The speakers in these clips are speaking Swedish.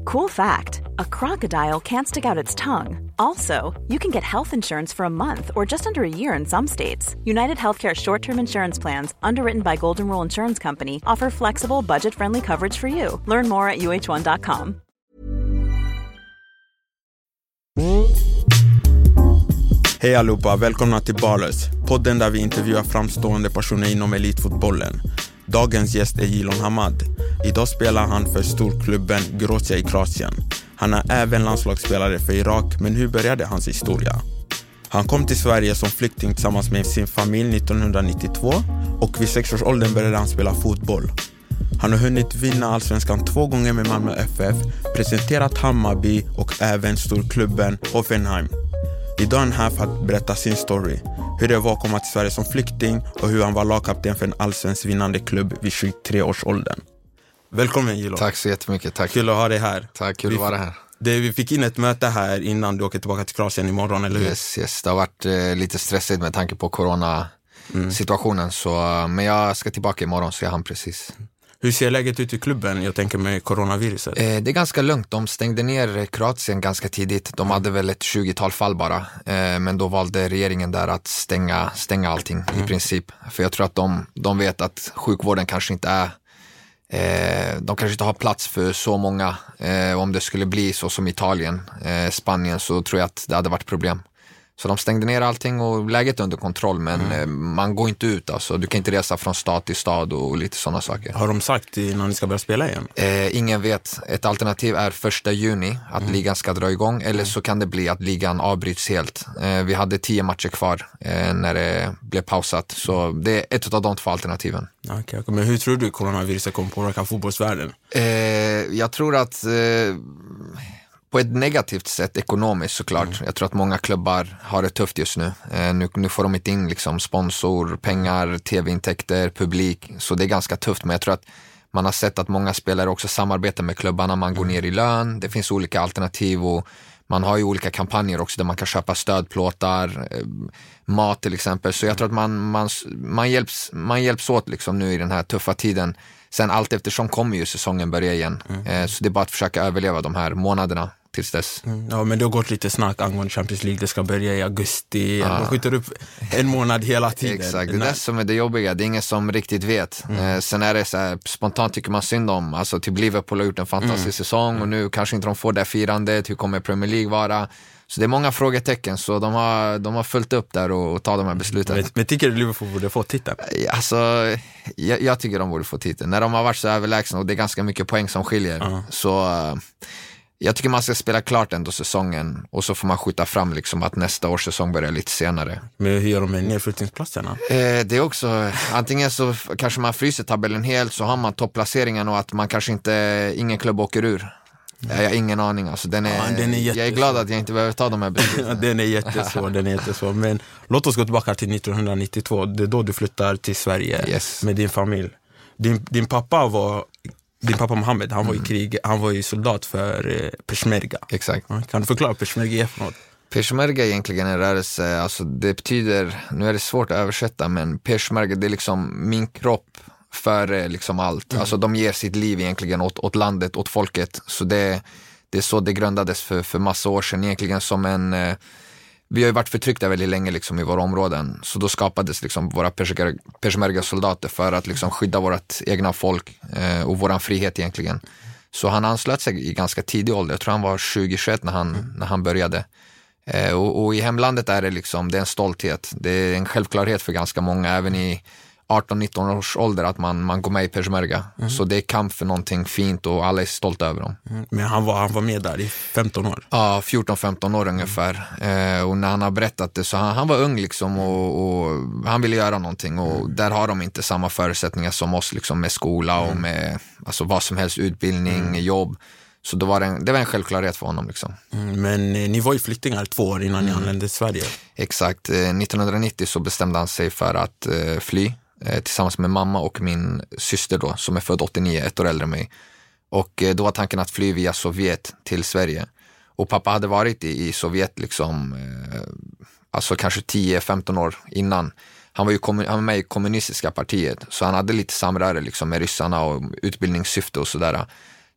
Cool fact, a crocodile can't stick out its tongue. Also, you can get health insurance for a month or just under a year in some states. United Healthcare short-term insurance plans, underwritten by Golden Rule Insurance Company, offer flexible, budget-friendly coverage for you. Learn more at uh1.com. Hej allihopa, välkomna till Ballers, podden där vi intervjuar framstående personer inom elitfotbollen. Dagens gäst är Jilon Hamad. Idag spelar han för storklubben Grozia i Kroatien. Han är även landslagsspelare för Irak, men hur började hans historia? Han kom till Sverige som flykting tillsammans med sin familj 1992 och vid 6-årsåldern började han spela fotboll. Han har hunnit vinna allsvenskan 2 gånger med Malmö FF, presenterat Hammarby och även storklubben Hoffenheim. Idag är han här för att berätta sin story. Hur det var att komma till Sverige som flykting och hur han var lagkapten för en allsvensk vinnande klubb vid 23-årsåldern. Välkommen Jilon. Tack så jättemycket. Tack. Kul att ha dig här. Tack, kul att vara här. Vi fick in ett möte här innan du åker tillbaka till Kroatien imorgon, eller hur? Yes. Det har varit lite stressigt med tanke på corona-situationen. Men jag ska tillbaka imorgon, så jag hann precis. Hur ser läget ut i klubben, jag tänker med coronaviruset? Det är ganska lugnt. De stängde ner Kroatien ganska tidigt. De hade väl ett 20-tal fall bara. Men då valde regeringen där att stänga allting i princip. För jag tror att de vet att sjukvården kanske inte är... de kanske inte har plats för så många. Om det skulle bli så som Italien, Spanien, så tror jag att det hade varit problem. Så de stängde ner allting och läget är under kontroll, men man går inte ut. Alltså. Du kan inte resa från stad till stad och lite sådana saker. Har de sagt när ni ska börja spela igen? Ingen vet. Ett alternativ är 1 juni att ligan ska dra igång, eller så kan det bli att ligan avbryts helt. Vi hade 10 matcher kvar när det blev pausat, så det är ett av de 2 alternativen. Okay. Men hur tror du coronaviruset kommer påverka fotbollsvärlden? Jag tror att... på ett negativt sätt ekonomiskt såklart. Jag tror att många klubbar har det tufft just nu. Nu får de inte in liksom sponsor, pengar, tv-intäkter, publik. Så det är ganska tufft. Men jag tror att man har sett att många spelare också samarbetar med klubbarna. Man går ner i lön. Det finns olika alternativ och man har ju olika kampanjer också där man kan köpa stödplåtar, mat till exempel. Så jag tror att man hjälps åt liksom nu i den här tuffa tiden. Sen allt eftersom kommer ju säsongen börja igen. Så det är bara att försöka överleva de här månaderna tills dess. Ja, men det har gått lite snack angående Champions League. Det ska börja i augusti. Man skjuter upp en månad hela tiden. Exakt, det är det som är det jobbiga. Det är ingen som riktigt vet. Sen är det så här, spontant tycker man synd om. Alltså typ Liverpool har gjort en fantastisk säsong och nu kanske inte de får det firandet. Hur kommer Premier League vara? Så det är många frågetecken, så de har följt upp där och tagit de här besluten. Men tycker du Liverpool borde få titeln? Alltså, jag tycker de borde få titeln. När de har varit så överlägsna och det är ganska mycket poäng som skiljer. Så jag tycker man ska spela klart ändå säsongen och så får man skjuta fram liksom att nästa års säsong börjar lite senare. Men hur gör de med nedflyttningsplatserna? Det är också, antingen så kanske man fryser tabellen helt, så har man topplaceringen och att man kanske ingen klubb åker ur. Jag har ingen aning. Alltså, den är jag är glad att jag inte behöver ta de här besluten. Den är jättesvår. Men låt oss gå tillbaka till 1992. Det är då du flyttar till Sverige med din familj. Din pappa Mohammed, han var i krig. Han var ju soldat för Peshmerga. Exakt. Kan du förklara Peshmerga för något? Peshmerga är egentligen en rörelse. Alltså, det betyder, nu är det svårt att översätta, men Peshmerga, det är liksom min kropp för liksom allt. Alltså de ger sitt liv egentligen åt landet, åt folket. Så det är så det grundades för massa år sedan. Egentligen som vi har ju varit förtryckta väldigt länge liksom i våra områden. Så då skapades liksom våra Peshmerga-soldater för att liksom skydda vårt egna folk och våran frihet egentligen. Så han anslöt sig i ganska tidig ålder. Jag tror han var 20-21 när han började. Och i hemlandet är det liksom, det är en stolthet. Det är en självklarhet för ganska många, även i 18-19 års ålder, att man går med i Peshmerga. Så det är kamp för någonting fint och alla är stolta över dem. Men han var med där i 15 år? Ja, 14-15 år ungefär. Och när han har berättat det så han var ung liksom och han ville göra någonting. Och där har de inte samma förutsättningar som oss liksom, med skola och med alltså, vad som helst, utbildning, jobb. Så det var en självklarhet för honom liksom. Men ni var ju flyktingar 2 år innan ni anlände till Sverige. Exakt, 1990 så bestämde han sig för att fly tillsammans med mamma och min syster då, som är född 89, 1 år äldre än mig. Och då var tanken att fly via Sovjet till Sverige. Och pappa hade varit i Sovjet liksom, alltså kanske 10-15 år innan. Han var med i kommunistiska partiet, så han hade lite samröre liksom med ryssarna och utbildningssyfte och sådär.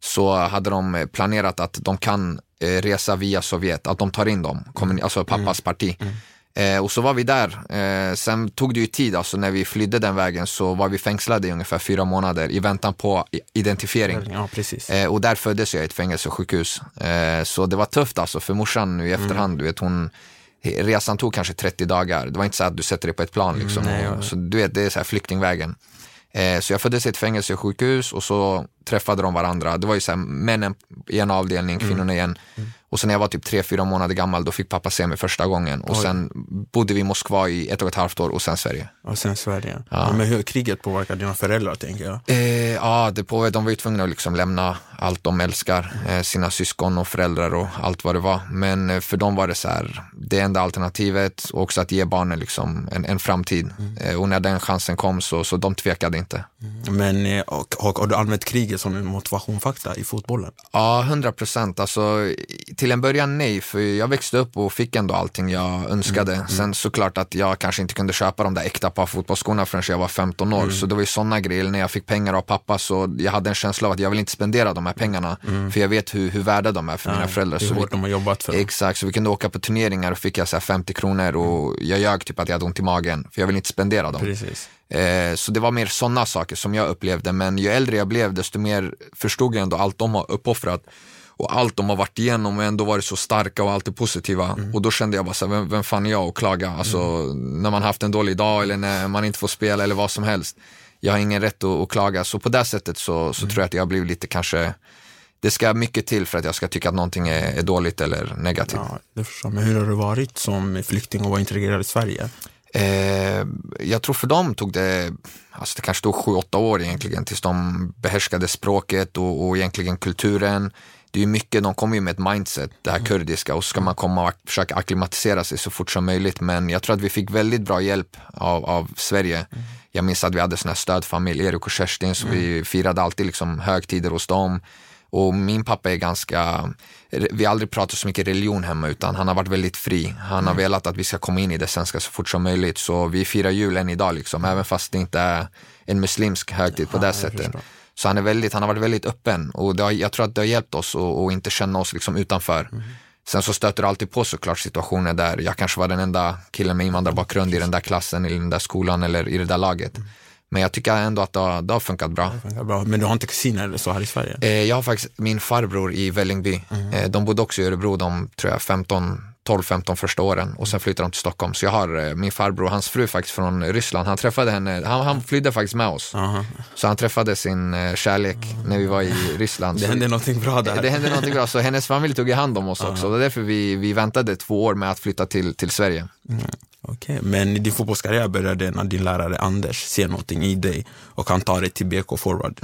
så hade de planerat att de kan resa via Sovjet, att de tar in dem, alltså pappas parti. Och så var vi där. Sen tog det ju tid, alltså när vi flydde den vägen så var vi fängslade i ungefär 4 månader i väntan på identifiering. Ja, precis. Och där föddes jag i ett fängelsesjukhus. Så det var tufft alltså för morsan nu i efterhand. Du vet, resan tog kanske 30 dagar. Det var inte så att du sätter dig på ett plan liksom. Så du vet, det är så här flyktingvägen. Så jag föddes i ett fängelsesjukhus och så träffade de varandra. Det var ju så här, männen i en avdelning, kvinnorna i en. Och sen när jag var typ 3-4 månader gammal, då fick pappa se mig första gången. Och sen bodde vi i Moskva i 1,5 år och sen Sverige. Och sen Sverige. Ja. Men hur kriget påverkade dina föräldrar, tänker jag? De var ju tvungna att liksom lämna allt de älskar. Sina syskon och föräldrar och allt vad det var. Men för dem var det så här, det enda alternativet. Och också att ge barnen liksom en framtid. Och när den chansen kom så de tvekade inte. Men har du använt kriget som en motivationsfaktor i fotbollen? Ja, 100%. Alltså, till en början nej, för jag växte upp och fick ändå allting jag önskade. Sen såklart att jag kanske inte kunde köpa de där äkta par fotbollsskorna förrän jag var 15 år. Så det var ju sådana grejer. När jag fick pengar av pappa så jag hade en känsla av att jag vill inte spendera de här pengarna. För jag vet hur värda de är för mina föräldrar. Det är hårt de har jobbat för dem. Exakt, så vi kunde åka på turneringar och fick jag så här 50 kronor och jag ljög typ att jag hade ont i magen. För jag vill inte spendera dem. Precis. Så det var mer sådana saker som jag upplevde. Men ju äldre jag blev, desto mer förstod jag ändå allt de har uppoffrat. Och allt de har varit igenom och ändå varit så starka och alltid positiva. Och då kände jag bara så här, vem fan är jag att klaga? Alltså när man haft en dålig dag eller när man inte får spela eller vad som helst. Jag har ingen rätt att klaga. Så på det sättet så tror jag att jag har blivit lite kanske... Det ska mycket till för att jag ska tycka att någonting är dåligt eller negativt. Ja, det förstår. Men hur har du varit som flykting och var integrerad i Sverige? Jag tror för dem tog det kanske tog 7-8 år egentligen tills de behärskade språket och egentligen kulturen. Det är ju mycket, de kommer ju med ett mindset, det här kurdiska, och så ska man komma och försöka akklimatisera sig så fort som möjligt. Men jag tror att vi fick väldigt bra hjälp av Sverige. Jag minns att vi hade sån här stödfamilj, Erik och Kerstin, så vi firade alltid liksom högtider hos dem. Och min pappa är vi har aldrig pratat så mycket religion hemma, utan han har varit väldigt fri. Han har velat att vi ska komma in i det svenska så fort som möjligt. Så vi firar julen idag liksom, även fast det inte är en muslimsk högtid på det sättet. Så han har varit väldigt öppen, och jag tror att det har hjälpt oss att inte känna oss liksom utanför. Sen så stöter det alltid på såklart situationer där jag kanske var den enda killen med invandrarbakgrund i den där klassen eller i den där skolan eller i det där laget. Men jag tycker ändå att det har funkat bra. Men du har inte kusiner eller så här i Sverige? Jag har faktiskt min farbror i Vällingby. De bodde också i Örebro, de tror jag 12-15 första åren. Och sen flyttade de till Stockholm. Så jag har min farbror, hans fru faktiskt från Ryssland. Han träffade henne, han flydde faktiskt med oss. Så han träffade sin kärlek när vi var i Ryssland. Det hände någonting bra där. Det hände någonting bra, så hennes familj tog i hand om oss också. Det är därför vi väntade 2 år med att flytta till Sverige. Okej. Men din fotbollskarriär började när din lärare Anders ser någonting i dig och kan ta dig till BK Forward.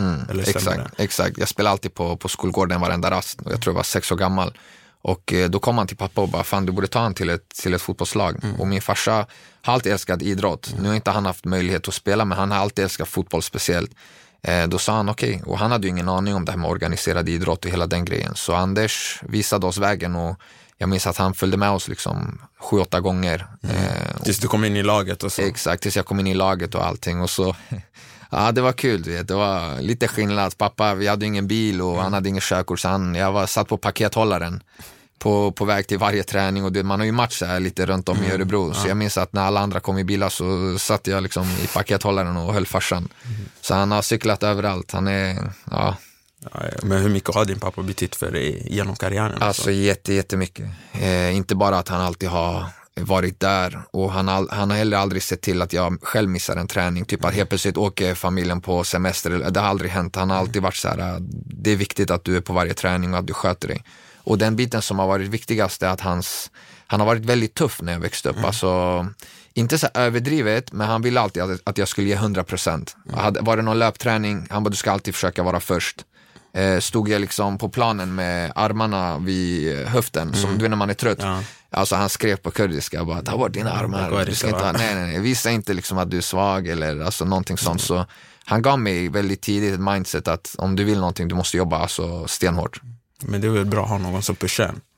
Exakt. Jag spelade alltid på skolgården varenda rast, och jag tror jag var 6 år gammal. Och då kom han till pappa och bara, fan, du borde ta han till ett fotbollslag. Och min farsa har alltid älskat idrott. Nu har inte han haft möjlighet att spela, men han har alltid älskat fotboll speciellt. Då sa han okej. Och han hade ju ingen aning om det här med organiserad idrott och hela den grejen. Så Anders visade oss vägen, och jag minns att han följde med oss liksom 7-8 gånger. Tills du kom in i laget och så? Exakt, tills jag kom in i laget och allting. Och så, ja, det var kul. Det var lite skillnad. Pappa, vi hade ingen bil och han hade ingen körkort. Så jag satt på pakethållaren på väg till varje träning. Och man har ju match här lite runt om i Örebro. Så jag minns att när alla andra kom i bilar så satt jag liksom i pakethållaren och höll farsan. Så han har cyklat överallt. Han är, ja... Men hur mycket har din pappa betytt för dig genom karriären? Alltså jättemycket. Inte bara att han alltid har varit där, och han har heller aldrig sett till att jag själv missar en träning. Typ att helt plötsligt åker familjen på semester. Det har aldrig hänt. Han har alltid varit så här, det är viktigt att du är på varje träning och att du sköter dig. Och den biten som har varit viktigast är att han har varit väldigt tuff när jag växte upp. Alltså, inte så överdrivet, men han ville alltid att jag skulle ge 100%. Var det någon löpträning, han bara, du ska alltid försöka vara först. Stod jag liksom på planen med armarna vid höften, som du vet när man är trött. Alltså han skrev på kurdiska bara, ta bort dina armar, du ska inte nej, visa inte liksom att du är svag eller alltså någonting sånt. Så han gav mig väldigt tidigt ett mindset att om du vill någonting, du måste jobba alltså stenhårt. Men det är väl bra att ha någon som pushar.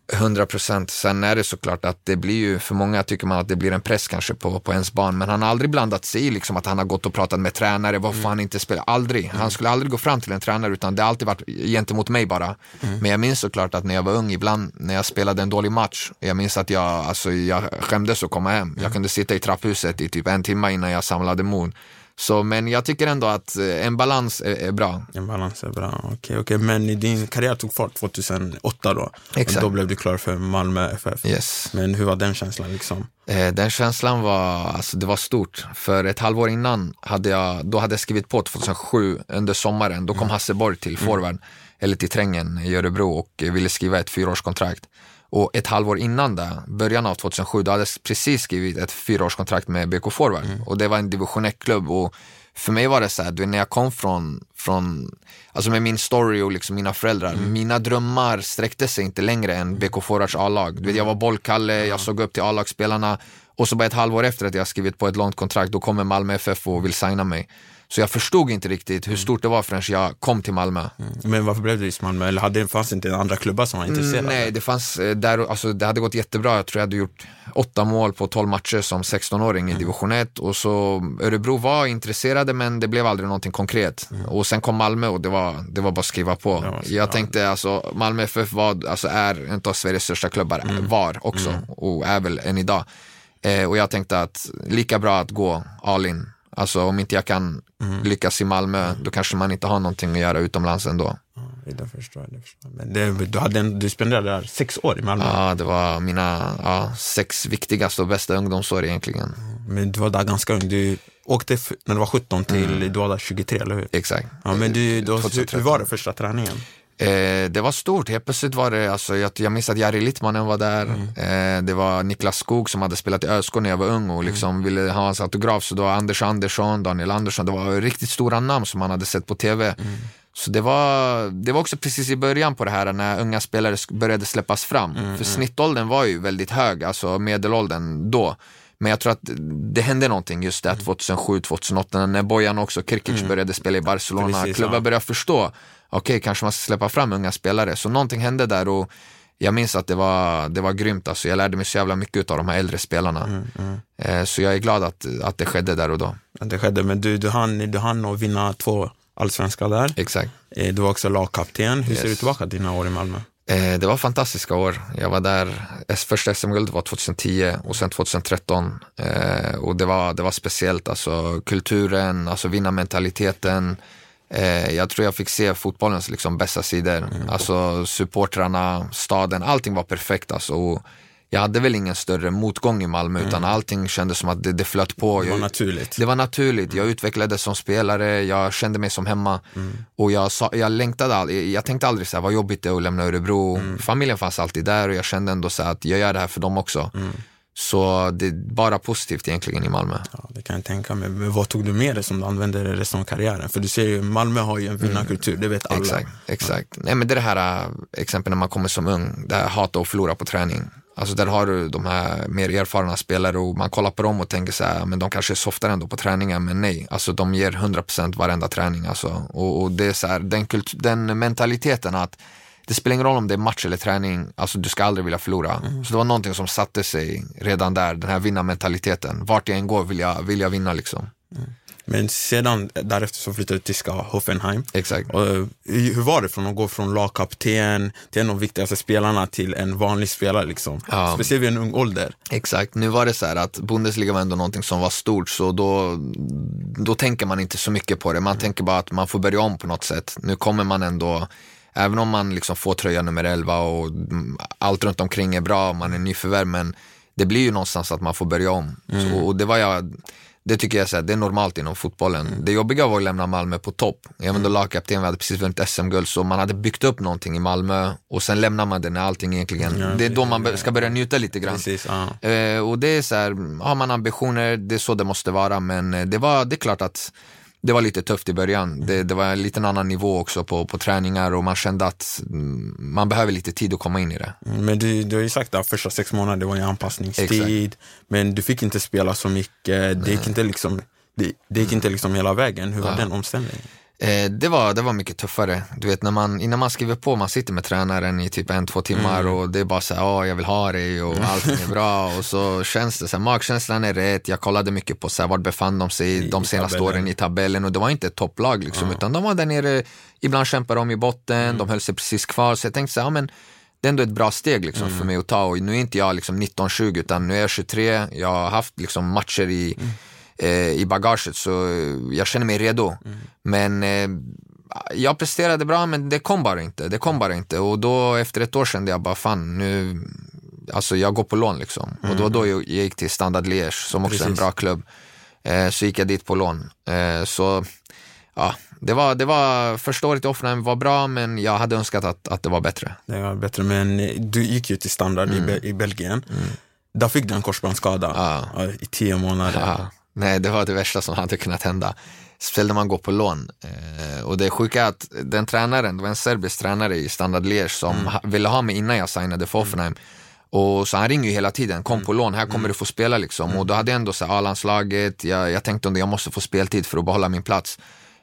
100%. Sen är det såklart att det blir ju, för många tycker man att det blir en press kanske på ens barn, men han har aldrig blandat sig i liksom att han har gått och pratat med tränare, varför han inte spelar, aldrig. Han skulle aldrig gå fram till en tränare, utan det har alltid varit gentemot mig bara. Men jag minns såklart att när jag var ung, ibland när jag spelade en dålig match, jag minns att jag skämdes att komma hem. Jag kunde sitta i trapphuset i typ 1 timme innan jag samlade mod. Så, men jag tycker ändå att en balans är bra. En balans är bra, okej. Men din karriär tog fart 2008 då. Exakt. Och då blev du klar för Malmö FF. Yes. Men hur var den känslan liksom? Den känslan var, alltså det var stort. För ett halvår innan hade jag skrivit på 2007 under sommaren. Då kom Hasse Borg till forward, eller till Trängen i Örebro, och ville skriva ett 4-årskontrakt. Och ett halvår innan det, början av 2007, då hade jag precis skrivit ett 4-årskontrakt med BK Forward. Och det var en division 1-klubb. Och för mig var det så här, när jag kom från alltså med min story och liksom mina föräldrar, mina drömmar sträckte sig inte längre än BK Forwards A-lag. Du vet, jag var bollkalle, jag såg upp till A-lagsspelarna, och så bara ett halvår efter att jag skrivit på ett långt kontrakt, då kommer Malmö FF och vill signa mig. Så jag förstod inte riktigt hur stort det var förrän jag kom till Malmö. Men varför blev det just Malmö? Eller fanns det inte andra klubbar som var intresserade? Nej, det fanns där, alltså det hade gått jättebra. Jag tror jag hade gjort 8 mål på 12 matcher som 16-åring i division 1. Och så Örebro var intresserade, men det blev aldrig någonting konkret. Och sen kom Malmö och det var bara att skriva på. Jag tänkte, alltså Malmö FF är en av Sveriges största klubbar, var också, och är väl än idag. Och jag tänkte att lika bra att gå all in. Alltså om inte jag kan lyckas i Malmö, då kanske man inte har någonting att göra utomlands ändå. Jag förstår. Men du spenderade där 6 år i Malmö. Ja, det var mina 6 viktigaste och bästa ungdomsår egentligen. Men du var där ganska ung. Du åkte när du var 17 till du var där 23, eller hur? Exakt. Ja, men hur var det första träningen? Det var stort. Helt plötsligt var det, alltså, jag minns att Jari Littmanen var där. Det var Niklas Skog som hade spelat i ÖSK när jag var ung och liksom ville ha hans autograf. Så då Anders Andersson, Daniel Andersson, det var riktigt stora namn som man hade sett på tv. Så det var också precis i början på det här när unga spelare började släppas fram. För snittåldern var ju väldigt hög, alltså medelåldern då. Men jag tror att det hände någonting just där 2007-2008 när Bojan också, Kirkic började spela i Barcelona. Klubbar började förstå, okej, kanske man ska släppa fram unga spelare. Så någonting hände där, och jag minns att det var grymt. Alltså, jag lärde mig så jävla mycket av de här äldre spelarna. Så jag är glad att det skedde där och då. Det skedde, men du hann att vinna 2 allsvenska där. Exakt. Du var också lagkapten. Hur ser du tillbaka dina år i Malmö? Det var fantastiska år. Jag var där, första SM-guld var 2010 och sen 2013. Och det var speciellt. Alltså kulturen, alltså vinnarmentaliteten. Jag tror jag fick se fotbollens liksom bästa sidor. Alltså supportrarna, staden, allting var perfekt. Alltså. Och jag hade väl ingen större motgång i Malmö, utan allting kändes som att det flöt på. Det var naturligt. Det var naturligt. Jag utvecklades som spelare, jag kände mig som hemma. Och jag längtade aldrig, jag tänkte aldrig så här, vad jobbigt det är att lämna Örebro. Familjen fanns alltid där och jag kände ändå så här, att jag gör det här för dem också. Så det är bara positivt egentligen i Malmö. Ja, det kan jag tänka mig. Men vad tog du med dig som du använde det resten av karriären? För du ser ju, Malmö har ju en vinnarkultur, det vet alla. Exakt. Nej, men det här exempel när man kommer som ung, det här hata att förlora på träning. Alltså där har du de här mer erfarna spelare och man kollar på dem och tänker så här, men de kanske är softare ändå på träningen, men nej, alltså de ger 100% varenda träning alltså. Och det är så här, den mentaliteten att det spelar ingen roll om det är match eller träning, alltså du ska aldrig vilja förlora. Så det var någonting som satte sig redan där, den här vinnarmentaliteten. Vart jag än går vill jag vinna liksom. Men sedan därefter så flyttade du till Ska Hoffenheim. Exakt. Och hur var det från att gå från lagkapten till en av de viktigaste spelarna till en vanlig spelare liksom? Ja. Speciellt vid en ung ålder. Exakt, nu var det så här att Bundesliga var ändå någonting som var stort, så då tänker man inte så mycket på det. Man tänker bara att man får börja om på något sätt. Nu kommer man ändå, även om man liksom får tröja nummer 11 och allt runt omkring är bra, man är nyförvärv, men det blir ju någonstans att man får börja om. Och det tycker jag så det är normalt inom fotbollen. Det jobbiga var att lämna Malmö på topp. Jag var lagkapten, vi hade precis vunnit SM-guld, så man hade byggt upp någonting i Malmö och sen lämnar man det när allting egentligen, det är då man ska börja njuta lite grann. Precis, och det är så här, har man ambitioner, det är så det måste vara, men det är klart att det var lite tufft i början. Det var en liten annan nivå också på träningar och man kände att man behöver lite tid att komma in i det. Men du har ju sagt att första 6 månader det var en anpassningstid. Exakt. Men du fick inte spela så mycket. Det gick inte liksom hela vägen. Hur var den omställningen? Det var mycket tuffare. Du vet, innan man skriver på, man sitter med tränaren i typ 1-2 timmar och det är bara så här, jag vill ha dig och allting är bra och så känns det så här, magkänslan är rätt. Jag kollade mycket på så här, vart befann de sig de senaste åren i tabellen och det var inte ett topplag liksom, utan de var där nere, ibland kämpade de i botten, de höll sig precis kvar, så jag tänkte så här, men det är ändå ett bra steg liksom för mig att ta, och nu är inte jag liksom 19-20 utan nu är jag 23, jag har haft liksom matcher i bagaget, så jag känner mig redo. Men jag presterade bra, men det kom bara inte. Och då efter ett år kände jag bara, fan, nu, alltså jag går på lån liksom. Och det var då jag gick till Standard Liège, som också är en bra klubb. Så gick jag dit på lån. Så ja, det var första året i Hoffenheim var bra, men jag hade önskat att det var bättre. Det var bättre, men du gick ju till Standard i Belgien. Där fick du en korsbandsskada i 10 månader. Ja. Nej, det var det värsta som hade kunnat hända. Speciellt när man går på lån. Och det är sjuka att den tränaren, det var en serbisk tränare i Standard Liège som ville ha mig innan jag signade för Hoffenheim. Och så han ringer ju hela tiden, kom på lån, här kommer du få spela liksom. Och då hade jag ändå så A-landslaget, jag tänkte om jag måste få speltid för att behålla min plats.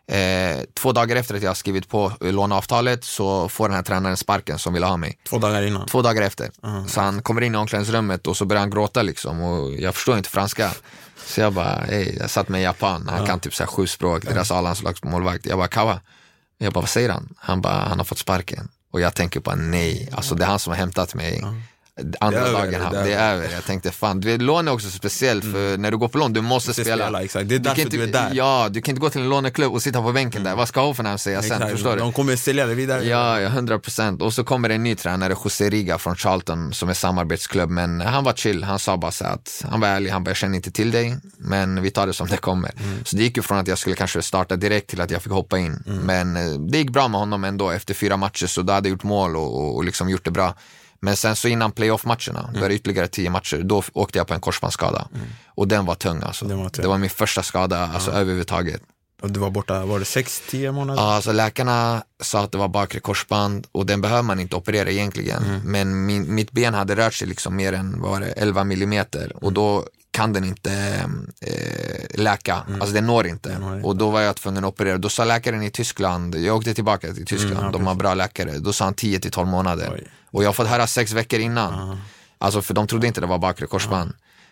2 dagar efter att jag har skrivit på låneavtalet så får den här tränaren sparken som ville ha mig. 2 dagar innan? 2 dagar efter. Så han kommer in i omklädningsrummet och så börjar han gråta liksom, och jag förstår inte franska. Så jag bara, jag satt med en japan, han kan typ så här 7 språk, deras A-landslagsmålvakt. Jag bara, Kawa. Jag bara, vad säger han? Han bara, han har fått sparken. Och jag tänker bara, nej, alltså det är han som har hämtat mig. Andra dagen det är över. Jag tänkte, fan, lån är också speciellt, för när du går på lån, du måste spela. Exakt. Det är därför du är där. Ja, du kan inte gå till en låneklubb och sitta på bänken där. Vad ska Hoffenheim säga sen, förstår du? De kommer sälja det vidare. Ja, 100%. Och så kommer en ny tränare, José Riga från Charlton, som är samarbetsklubb, men han var chill. Han sa bara så att, han var ärlig, han bara, jag känner inte till dig, men vi tar det som det kommer. Så det gick ju från att jag skulle kanske starta direkt till att jag fick hoppa in. Men det gick bra med honom ändå. Efter 4 matcher så då hade jag gjort mål och liksom gjort det bra. Men sen så innan playoff-matcherna, då är det ytterligare 10 matcher, då åkte jag på en korsbandsskada. Och den var tung alltså. Det var min första skada alltså, överhuvudtaget. Och du var borta, var det 6-10 månader? Ja, alltså läkarna sa att det var bakre korsband och den behöver man inte operera egentligen. Men mitt ben hade rört sig liksom mer än 11 millimeter och då kan den inte läka, alltså den når inte. Och då var jag tvungen att operera. Då sa läkaren i Tyskland, jag åkte tillbaka till Tyskland, de har bra läkare, då sa han 10-12 månader. Oj. Och jag har fått höra 6 veckor innan. Alltså för de trodde inte det var bakre korsband.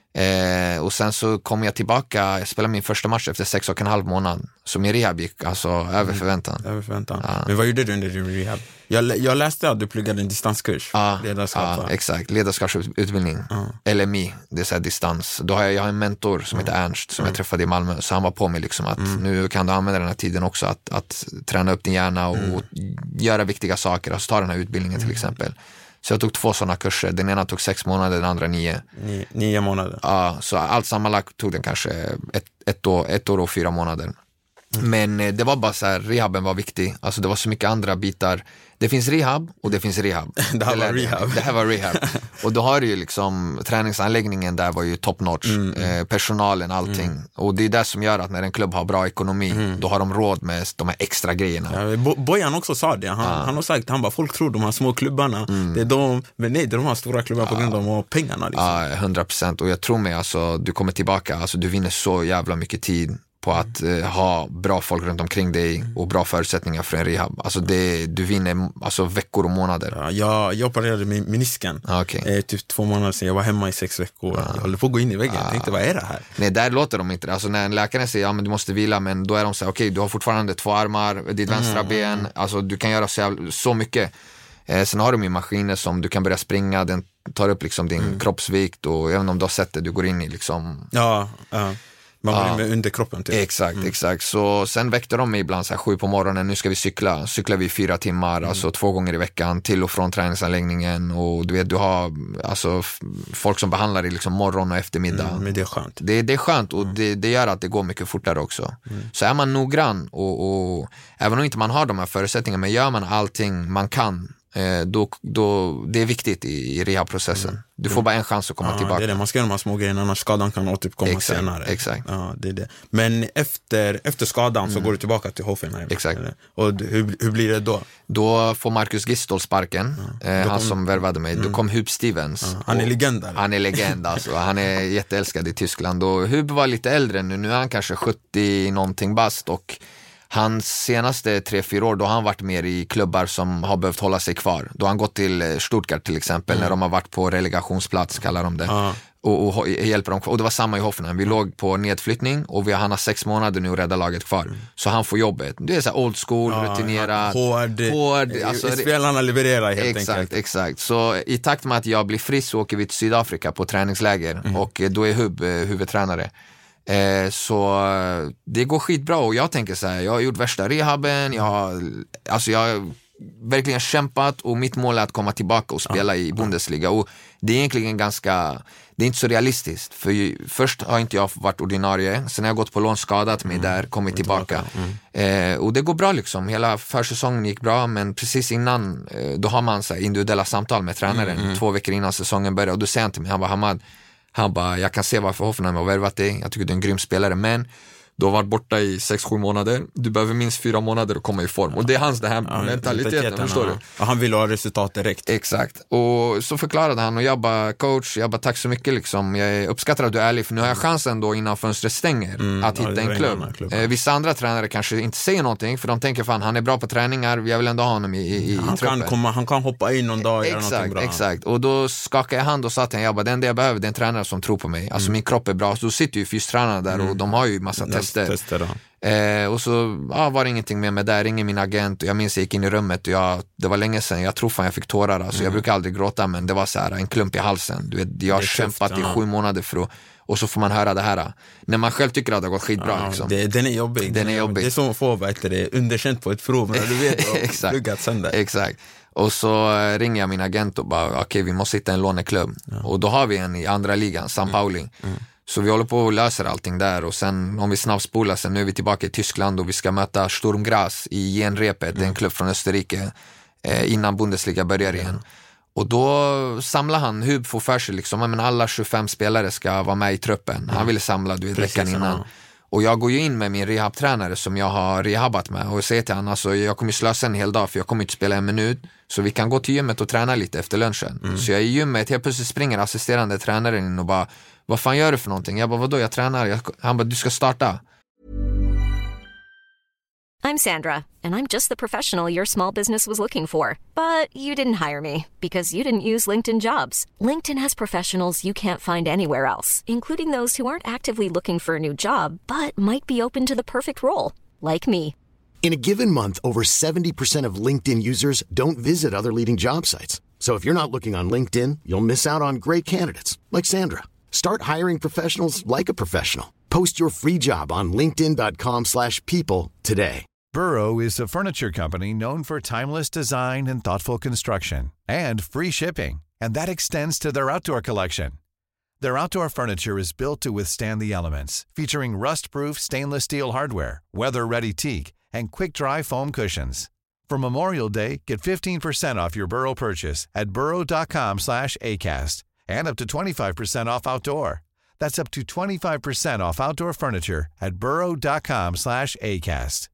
Och sen så kom jag tillbaka, jag spelade min första match efter 6,5 månad. Så min rehab gick alltså över förväntan. Men vad gjorde du under din rehab? Jag läste att du pluggade en distanskurs. Ledarskap, exakt, ledarskapsutbildning. LMI, det är så här distans. Då har jag har en mentor som heter Ernst som jag träffade i Malmö. Så han var på mig liksom att nu kan du använda den här tiden också att träna upp din hjärna och göra viktiga saker. Alltså ta den här utbildningen till exempel. Så jag tog 2 sådana kurser. Den ena tog 6 månader, den andra 9. 9 månader. Ja, så allt sammanlagt tog den kanske ett år och 4 månader. Men det var bara så här, rehaben var viktig. Alltså det var så mycket andra bitar. Det finns rehab och det finns rehab. Det här var rehab. Och då har du ju liksom, träningsanläggningen där var ju top notch. Personalen, allting. Och det är det som gör att när en klubb har bra ekonomi, då har de råd med de här extra grejerna. Bojan också sa det. Han har sagt, han bara, folk tror de här små klubbarna. Det är men nej, det är de här stora klubbarna på grund av pengarna. Liksom. Ja, 100%. Och jag tror mig, alltså, du kommer tillbaka, alltså, du vinner så jävla mycket tid på att ha bra folk runt omkring dig och bra förutsättningar för en rehab. Alltså du vinner alltså veckor och månader. Ja, jag opererade med menisken. Typ 2 månader sedan. Jag var hemma i 6 veckor. Jag höll på att gå in i väggen. Jag tänkte, vad är det här? Nej, där låter de inte. Alltså när en läkare säger, men du måste vila, men då är de så här, okej, du har fortfarande 2 armar, ditt vänstra ben, alltså du kan göra så mycket. Sen har de ju maskiner som du kan börja springa, den tar upp liksom din kroppsvikt, och även om du har sett det, du går in i liksom... Man går med under kroppen typ. Exakt. Så sen väckte de mig ibland så här 7 på morgonen, nu ska vi cyklar vi 4 timmar, alltså 2 gånger i veckan till och från träningsanläggningen, och du vet, du har alltså folk som behandlar dig liksom morgon och eftermiddag. Men det är skönt. Det är skönt, och det gör att det går mycket fortare också. Så är man noggrann och även om inte man har de här förutsättningarna, men gör man allting man kan, då det är viktigt i rehabprocessen. Du får bara en chans att komma tillbaka. Det är det. Man ska göra de här små grejerna, annars skadan kan återkomma senare. Exakt. Ja, det är det. Men efter skadan så går du tillbaka till Hoffenheim. Exakt. Och hur blir det då? Då får Marcus Gistol sparken, han som värvade mig. Då kom Hub Stevens. Han är legend. Han är legend alltså. Han är jätteälskad i Tyskland. Och Hub var lite äldre nu är han kanske 70 någonting bast, och Hans senaste 3-4 år, då har han varit mer i klubbar som har behövt hålla sig kvar. Då har han gått till Stuttgart till exempel, när de har varit på relegationsplats, kallar de det. Och hjälper dem. Och det var samma i Hoffenheim. Vi låg på nedflyttning och han har 6 månader nu att rädda laget kvar. Så han får jobbet. Det är så här old school, rutinerad. Hård. Alltså, spelarna levererar helt enkelt. Exakt. Så i takt med att jag blir frisk så åker vi till Sydafrika på träningsläger. Och då är huvudtränare. Så det går skitbra och jag tänker så här, jag har gjort värsta rehaben, jag har verkligen kämpat och mitt mål är att komma tillbaka och spela i Bundesliga och det är egentligen det är inte så realistiskt för först har inte jag varit ordinarie, sen har jag gått på lån, skadat mig där, kommit tillbaka och det går bra liksom, hela försäsongen gick bra men precis innan då har man så här individuella samtal med tränaren 2 veckor innan säsongen börjar och då säger han till mig, han bara, jag kan se varför Hoffenheim har värvat dig, jag tycker du är en grym spelare men du har varit borta i 6-7 månader. Du behöver minst 4 månader att komma i form. Och det är hans det här mentaliteten, förstår du? Och han vill ha resultat direkt. Exakt. Och så förklarade han och jag bara, coach, tack så mycket liksom. Jag uppskattar att du är ärlig för nu har jag chansen då innan fönstret stänger att hitta en klubb. Vissa andra tränare kanske inte säger någonting för de tänker fan, han är bra på träningar, jag vill ändå ha honom i truppen. Han kan hoppa in någon dag och göra någonting bra. Exakt. Och då skakade jag hand och sa till honom, det enda jag behöver det är en tränare som tror på mig. Alltså min kropp är bra. Så då sitter ju fystränarna där och de har ju massa tester. Och så var det ingenting med där, ringer min agent och jag minns jag gick in i rummet och det var länge sedan, jag tror fan jag fick tårar alltså, jag brukar aldrig gråta men det var så här en klump i halsen, du vet, jag har kämpat i 7 månader för att, och så får man höra det här när man själv tycker att det har gått skitbra liksom. Den är jobbig. Det är som att få underkänt på ett prov när du vet och pluggat sönder. Exakt. Och så ringer jag min agent och bara okej, vi måste hitta en låneklubb och då har vi en i andra ligan, San Pauli. Så vi håller på och löser allting där och sen om vi snabbspolar sen nu är vi tillbaka i Tyskland och vi ska möta Sturm Graz i Genrepet, en klubb från Österrike innan Bundesliga börjar igen. Och då samlar han Hub för sig liksom, men alla 25 spelare ska vara med i truppen. Han ville samla veckan innan. Och jag går ju in med min rehabtränare som jag har rehabat med och säger till honom, alltså, jag kommer slösa en hel dag för jag kommer inte spela 1 minut så vi kan gå till gymmet och träna lite efter lunchen. Så jag är i gymmet, helt plötsligt springer assisterande tränaren in och bara, vad fan gör du för någonting? Jag bara, vadå, jag tränar. Han bara, du ska starta. I'm Sandra, and I'm just the professional your small business was looking for. But you didn't hire me because you didn't use LinkedIn Jobs. LinkedIn has professionals you can't find anywhere else, including those who aren't actively looking for a new job, but might be open to the perfect role, like me. In a given month, over 70% of LinkedIn users don't visit other leading job sites. So if you're not looking on LinkedIn, you'll miss out on great candidates, like Sandra. Start hiring professionals like a professional. Post your free job on linkedin.com/people today. Burrow is a furniture company known for timeless design and thoughtful construction and free shipping. And that extends to their outdoor collection. Their outdoor furniture is built to withstand the elements, featuring rust-proof stainless steel hardware, weather-ready teak, and quick-dry foam cushions. For Memorial Day, get 15% off your Burrow purchase at burrow.com/acast. And up to 25% off outdoor. That's up to 25% off outdoor furniture at burrow.com/acast.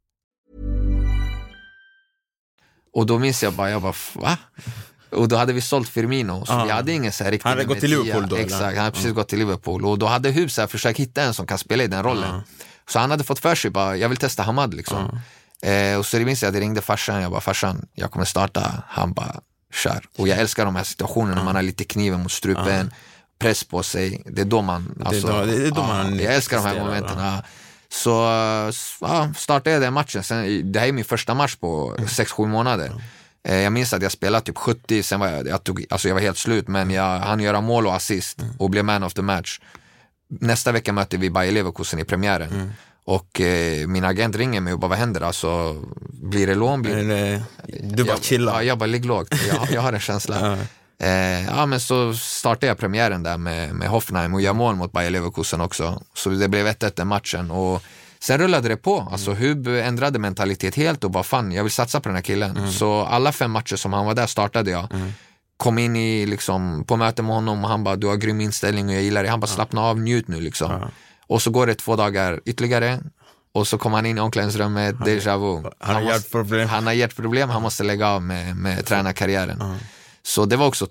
Och då minns jag bara, va? Och då hade vi sålt Firmino, så vi hade ingen så här riktigt. Han hade gått till Liverpool då? Exakt, han hade precis gått till Liverpool. Och då hade Hus försökt hitta en som kan spela i den rollen. Så han hade fått för sig bara, jag vill testa Hamad liksom. Och så det minns jag att jag ringde farsan, jag bara, farsan, jag kommer starta. Han bara, kör. Och jag älskar de här situationerna när man har lite kniven mot strupen, press på sig. Det är då man, alltså, jag älskar de här momenten. Så startade jag den matchen. Sen, det här är min första match på 6-7 månader. Jag minns att jag spelade typ 70, sen var jag var helt slut, men jag hann göra mål och assist och blev man of the match. Nästa vecka mötte vi Bayer Leverkusen i premiären. Och min agent ringer mig och bara, vad händer? Alltså, blir det lån? Du bara chillar. Ja, jag bara, ligg lågt. Jag har en känsla. Men så startade jag premiären där med Hoffenheim och jag mål mot Bayer Leverkusen också. Så det blev 1-1 den matchen. Och sen rullade det på. Alltså Hub ändrade mentalitet helt och bara, fan, jag vill satsa på den här killen. Så alla 5 matcher som han var där startade jag. Kom in i, liksom, på möte med honom och han bara, du har grym inställning och jag gillar det. Han bara, slappna av, njut nu liksom. Och så går det 2 dagar ytterligare och så kommer han in i omklädningsrummet, déjà vu. Han har hjärtproblem, han måste lägga av med tränarkarriären. Så det var också tufft.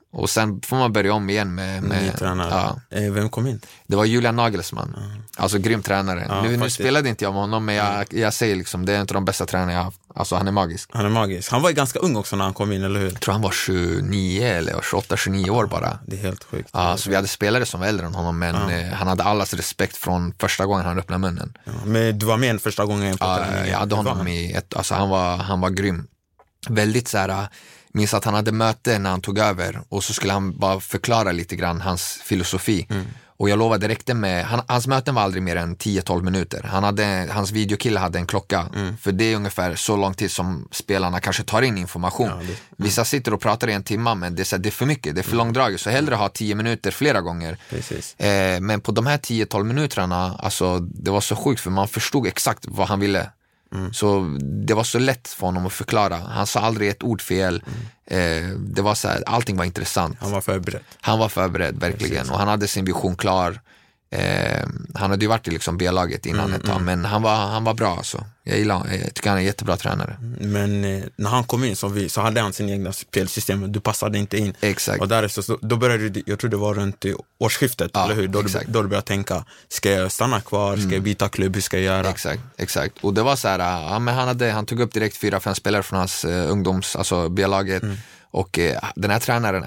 Och sen får man börja om igen med tränare. Vem kom in? Det var Julian Nagelsmann. Alltså grym tränare. Nu spelade inte jag med honom, men jag säger liksom, det är inte de bästa tränarna jag har haft. Alltså han är magisk. Han var ju ganska ung också när han kom in, eller hur? Jag tror han var 29 eller 28-29 år bara. Det är helt sjukt. Ja, så vi hade spelare som var äldre än honom, men han hade allas respekt från första gången han öppnade munnen. Men du var med första gången på träningen? Jag hade honom alltså han var grym. Väldigt så här, minns att han hade möte när han tog över och så skulle han bara förklara lite grann hans filosofi. Och jag lovade direkt med, hans möten var aldrig mer än 10-12 minuter. Hans videokille hade en klocka. För det är ungefär så lång tid som spelarna kanske tar in information. Vissa sitter och pratar i en timme, men det är för mycket, det är för långdraget. Så hellre ha 10 minuter flera gånger. Men på de här 10-12 minuterna, alltså, det var så sjukt för man förstod exakt vad han ville. Så det var så lätt för honom att förklara. Han sa aldrig ett ord fel. Det var så här, allting var intressant. Han var förberedd, verkligen. Precis. Och han hade sin vision klar. Han hade ju varit i liksom B-laget innan ett tag, men han var bra alltså. Jag tycker han är en jättebra tränare. Men när han kom in så hade han sin egna spelsystem. Du passade inte in. Exakt. Och därefter då började du, jag tror det var runt i årsskiftet, eller hur? Då du började tänka, ska jag stanna kvar? Ska jag byta klubb? Hur ska jag göra? Exakt. Och det var så här, men han tog upp direkt 4-5 spelare från hans ungdoms, alltså B-laget. Och den här tränaren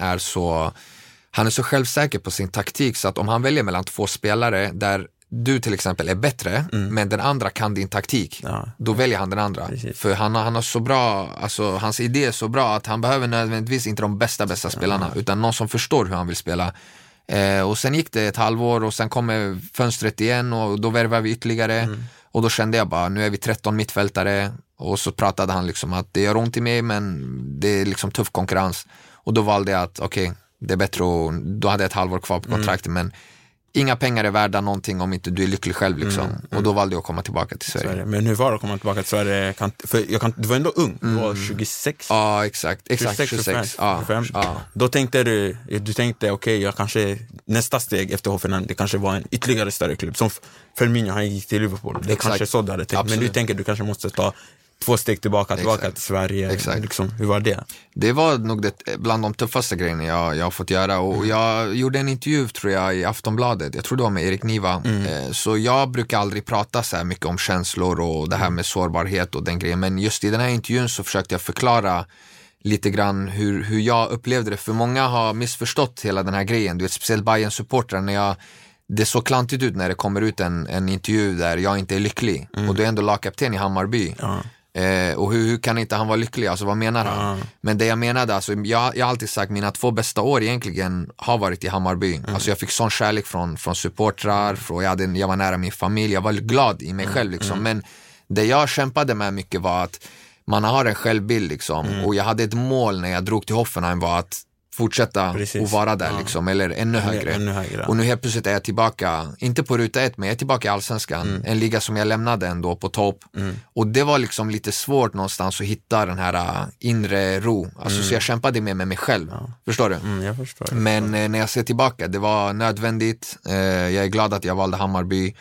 han är så självsäker på sin taktik så att om han väljer mellan 2 spelare där du till exempel är bättre men den andra kan din taktik, då väljer han den andra. Precis. För han har så bra, alltså hans idé är så bra att han behöver nödvändigtvis inte de bästa spelarna utan någon som förstår hur han vill spela. Och sen gick det ett halvår och sen kommer fönstret igen och då värvar vi ytterligare och då kände jag bara, nu är vi 13 mittfältare och så pratade han liksom att det gör ont i mig men det är liksom tuff konkurrens och då valde jag att okej, det är bättre och då hade jag ett halvår kvar på kontraktet men inga pengar är värda någonting om inte du är lycklig själv liksom. Och då valde jag att komma tillbaka till Sverige. Men hur var det att komma tillbaka till Sverige? Du var ändå ung, du var 26. Ja, exakt 26. Ja. Då tänkte du okej, jag kanske nästa steg efter Hoffenheim, det kanske var en ytterligare större klubb som Firmino, han gick till Liverpool. Det kanske så du hade tänkt. Men du tänker du kanske måste ta 2 steg tillbaka till Sverige. Liksom, hur var det? Det var nog bland de tuffaste grejerna jag har fått göra. Och jag gjorde en intervju tror jag i Aftonbladet. Jag tror det var med Erik Niva. Så jag brukar aldrig prata så här mycket om känslor och det här med sårbarhet och den grejen. Men just i den här intervjun så försökte jag förklara lite grann hur jag upplevde det. För många har missförstått hela den här grejen. Du vet, speciellt Bayern-supportrar det är så klantigt ut när det kommer ut en intervju där jag inte är lycklig. Och du är ändå lagkapten i Hammarby. Och hur kan inte han vara lycklig? Alltså vad menar han? Men det jag menade, alltså, jag har alltid sagt mina 2 bästa år egentligen har varit i Hammarby. Alltså jag fick sån kärlek från supportrar, jag var nära min familj, jag var glad i mig själv liksom. Men det jag kämpade med mycket var att man har en självbild liksom. Och jag hade ett mål när jag drog till Hoffenheim var att fortsätta och vara där liksom, eller ännu högre. Och nu helt plötsligt är jag tillbaka, inte på ruta 1, men jag är tillbaka i Allsvenskan, en liga som jag lämnade ändå på topp. Och det var liksom lite svårt någonstans att hitta den här inre ro. Alltså så jag kämpade med mig själv. Förstår du? Jag förstår. Men när jag ser tillbaka, det var nödvändigt. Jag är glad att jag valde Hammarby.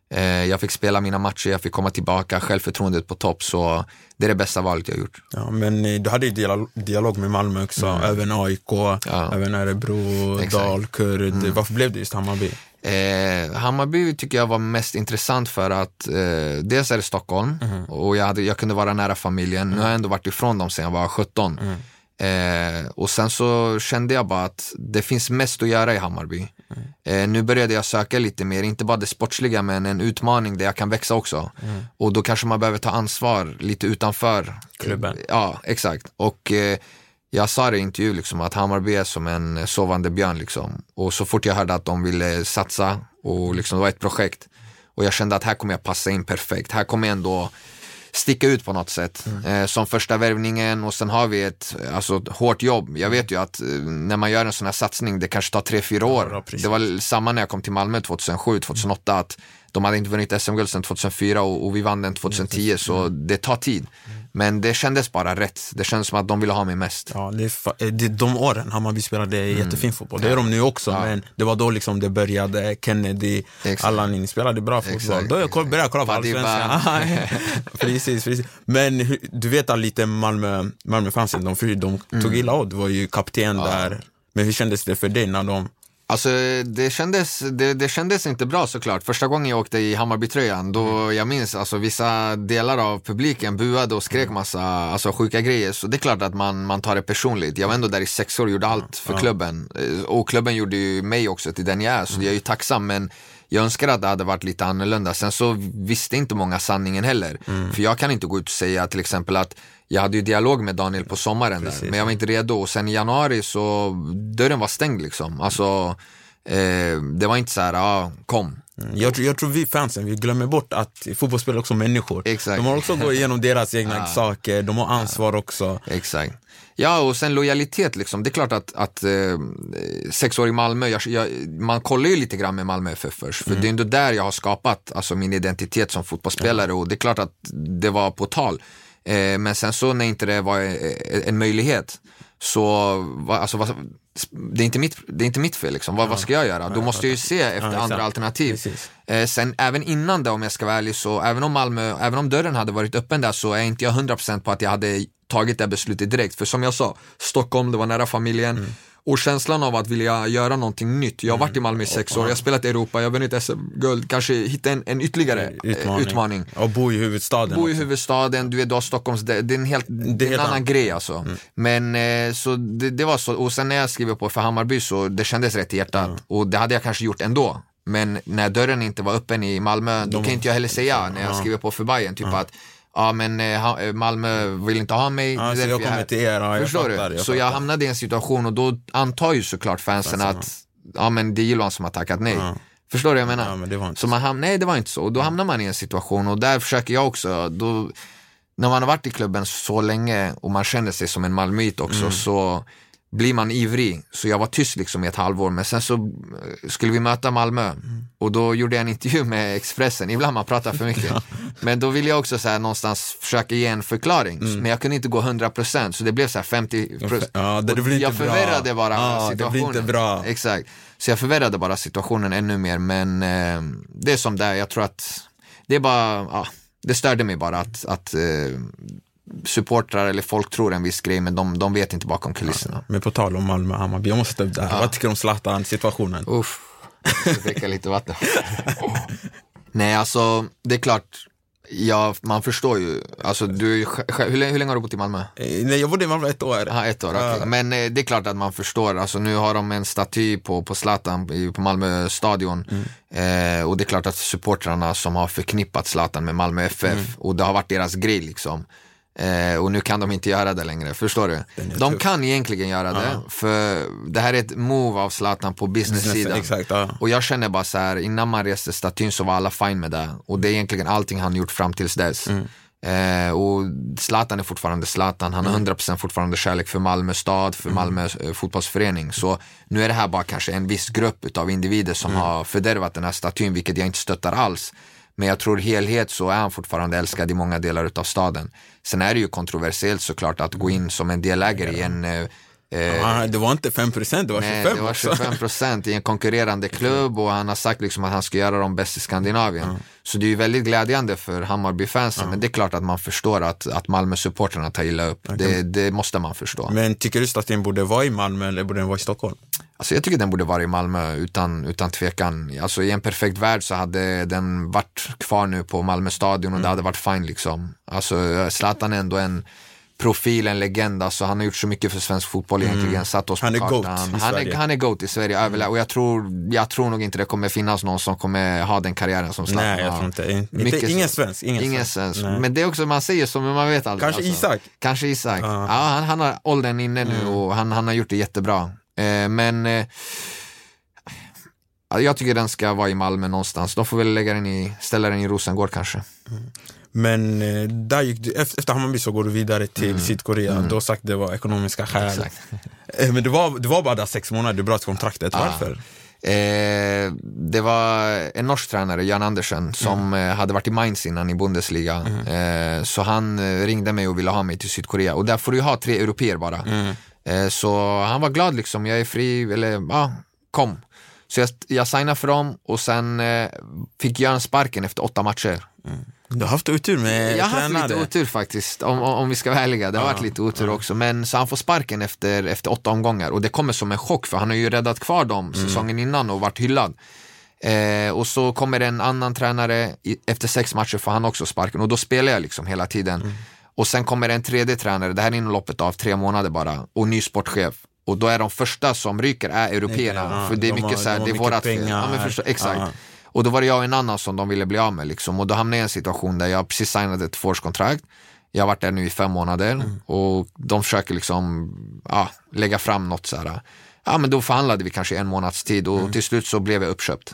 Jag fick spela mina matcher, jag fick komma tillbaka, självförtroendet på topp, så det är det bästa valet jag har gjort. Ja, men du hade ju dialog med Malmö också, även AIK, även Örebro, Dalkurd. Varför blev det just Hammarby? Hammarby tycker jag var mest intressant för att dels är det Stockholm och jag kunde vara nära familjen. Nu har jag ändå varit ifrån dem sedan jag var 17. Och sen så kände jag bara att det finns mest att göra i Hammarby. Nu började jag söka lite mer, inte bara det sportsliga men en utmaning där jag kan växa också. Och då kanske man behöver ta ansvar lite utanför klubben. Ja, exakt. Och jag sa det i intervju liksom, att Hammarby är som en sovande björn liksom. Och så fort jag hörde att de ville satsa och liksom, det var ett projekt och jag kände att här kommer jag passa in perfekt. Här kommer jag ändå sticka ut på något sätt. Som första värvningen och sen har vi ett hårt jobb. Jag vet ju att när man gör en sån här satsning det kanske tar 3-4 år. Det var samma när jag kom till Malmö 2007-2008 att de hade inte vunnit SM-guld sedan 2004 och vi vann den 2010 så det tar tid. Men det kändes bara rätt. Det kändes som att de ville ha mig mest. Ja, de åren Hammarby spelade jättefin fotboll. Det är de nu också, men det var då liksom det började. Kennedy, Allan spelade bra fotboll. Då började jag kolla på Allsvenskan. precis. Men du vet att lite Malmö-fansen, de tog illa av. Du var ju kapten där. Men hur kändes det för dig när de... Alltså det kändes inte bra såklart. Första gången jag åkte i Hammarbytröjan, då jag minns alltså vissa delar av publiken buade och skrek massa alltså sjuka grejer. Så det är klart att man tar det personligt. Jag var ändå där i 6 år och gjorde allt för klubben. Och klubben gjorde ju mig också till den jag är, så jag är ju tacksam. Men jag önskar att det hade varit lite annorlunda. Sen så visste inte många sanningen heller. För jag kan inte gå ut och säga till exempel att jag hade ju dialog med Daniel på sommaren där, men jag var inte redo. Och sen i januari så dörren var stängd liksom. Alltså det var inte så här, kom. Jag tror vi fansen, vi glömmer bort att fotbollsspelare också människor. Exakt. De har också gått igenom deras egna saker, de har ansvar också. Exakt. Ja, och sen lojalitet liksom. Det är klart att 6 år i Malmö, man kollar ju lite grann med Malmö FF först. För det är ändå där jag har skapat alltså, min identitet som fotbollsspelare. Och det är klart att det var på tal. Men sen så när inte det var en möjlighet, så det är inte mitt fel liksom. Vad ska jag göra? Då måste jag ju se efter andra alternativ. Sen även innan det, om jag ska vara ärlig, så även om dörren hade varit öppen där, så är inte jag 100% på att jag hade tagit det beslutet direkt. För som jag sa, Stockholm, det var nära familjen. Och känslan av att vilja göra någonting nytt. Jag har varit i Malmö i 6 år, jag har spelat i Europa, jag har vunnit SM-guld, kanske hitta en ytterligare utmaning. Och bo i huvudstaden. Du är då Stockholms, det är en annan grej alltså. Men så det var så. Och sen när jag skrev på för Hammarby, så det kändes rätt i hjärtat. Och det hade jag kanske gjort ändå. Men när dörren inte var öppen i Malmö, då kan inte jag heller säga när jag skrev på för Bayern typ att men Malmö vill inte ha mig, så jag kommer till er. Förstår du? Så jag hamnade i en situation, och då antar ju såklart fansen att men det är Gilvan som har tackat nej. Förstår du jag menar? Men det var inte så nej, det var inte så. Och då hamnar man i en situation, och där försöker jag också när man har varit i klubben så länge och man känner sig som en malmöit också, så blir man ivrig. Så jag var tyst liksom i ett halvår. Men sen så skulle vi möta Malmö, och då gjorde jag en intervju med Expressen. Ibland man pratar för mycket. Men då ville jag också så här, någonstans försöka ge en förklaring. Men jag kunde inte gå 100%, så det blev så här 50%. Jag förvärrade bara situationen. Det blir inte bra. Exakt. Så jag förvärrade bara situationen ännu mer. Men det är som det är. Jag tror att det är bara det störde mig bara att supportrar eller folk tror en viss grej, men de vet inte bakom kulisserna. Men på tal om Malmö och Hammarby, jag måste ta upp det här. Vad tycker du om Zlatan-situationen? Uff, jag ska dricka lite vatten. Nej, alltså det är klart, man förstår ju. Alltså, hur länge har du bott i Malmö? Nej, jag bodde i Malmö 1 år. 1 år, okej. Men det är klart att man förstår. Alltså, nu har de en staty på Zlatan på Malmö stadion. Och det är klart att supportrarna som har förknippat Zlatan med Malmö FF, och det har varit deras grej liksom. Och nu kan de inte göra det längre, förstår du? De kan egentligen göra det, för det här är ett move av Zlatan på business-sidan. Exakt, Och jag känner bara så här, innan man reste statyn så var alla fine med det. Och det är egentligen allting han gjort fram tills dess. Och Zlatan är fortfarande Zlatan. Han har 100% fortfarande kärlek för Malmö stad, för Malmö fotbollsförening. Så nu är det här bara kanske en viss grupp av individer som har fördärvat den här statyn, vilket jag inte stöttar alls. Men jag tror helhet så är han fortfarande älskad i många delar utav staden. Sen är det ju kontroversiellt såklart att gå in som en delägare i en... det var inte 5%, det var 25%. Nej, det var 25% i en konkurrerande klubb, och han har sagt liksom att han ska göra dem bäst i Skandinavien. Så det är ju väldigt glädjande för Hammarby-fansen, men det är klart att man förstår att Malmö-supporterna tar illa upp. Det måste man förstå. Men tycker du att den borde vara i Malmö eller borde den vara i Stockholm? Alltså jag tycker den borde vara i Malmö utan tvekan. Alltså i en perfekt värld så hade den varit kvar nu på Malmö stadion, och det hade varit fine liksom. Alltså Zlatan är ändå en profil, en legend. Alltså, han har gjort så mycket för svensk fotboll egentligen. Satt oss han är på kartan. Han är GOAT i Sverige. Och jag tror nog inte det kommer finnas någon som kommer ha den karriären som Zlatan. Nej, jag tror inte. Ingen svensk. Men det är också, man säger så, men man vet aldrig. Kanske Isak. Ja, han har åldern inne nu, och han har gjort det jättebra. Men jag tycker den ska vara i Malmö någonstans. De får väl ställa den i Rosengård kanske. Men där gick du, efter Hammarby så går du vidare till Sydkorea. Du har sagt det var ekonomiska skäl. Men det var bara där 6 månader du bröt kontraktet. Varför? Det var en norsk tränare, Jan Andersen, som hade varit i Mainz innan i Bundesliga. Så han ringde mig och ville ha mig till Sydkorea. Och där får du ha 3 europeer bara. Så han var glad liksom, jag är fri, eller kom. Så jag signade för dem, och sen fick jag en sparken efter 8 matcher. Du har haft otur med Jag har tränare. haft lite otur faktiskt, om vi ska vara ärliga. Det har varit lite otur också. Men så han får sparken efter 8 omgångar. Och det kommer som en chock, för han har ju räddat kvar dem säsongen innan och varit hyllad. Och så kommer en annan tränare, efter 6 matcher får han också sparken. Och då spelar jag liksom hela tiden. Och sen kommer en tredje tränare, det här är inom loppet av 3 månader bara. Och ny sportchef. Och då är de första som ryker är européerna. För det är mycket så här, det är vårat fel. Ja, men förstå, exakt. Och då var det jag och en annan som de ville bli av med liksom. Och då hamnade jag i en situation där jag precis signade ett 2-årskontrakt. Jag har varit där nu i 5 månader. Och de försöker liksom lägga fram något så här. Ja, men då förhandlade vi kanske 1 månads tid. Och till slut så blev jag uppköpt.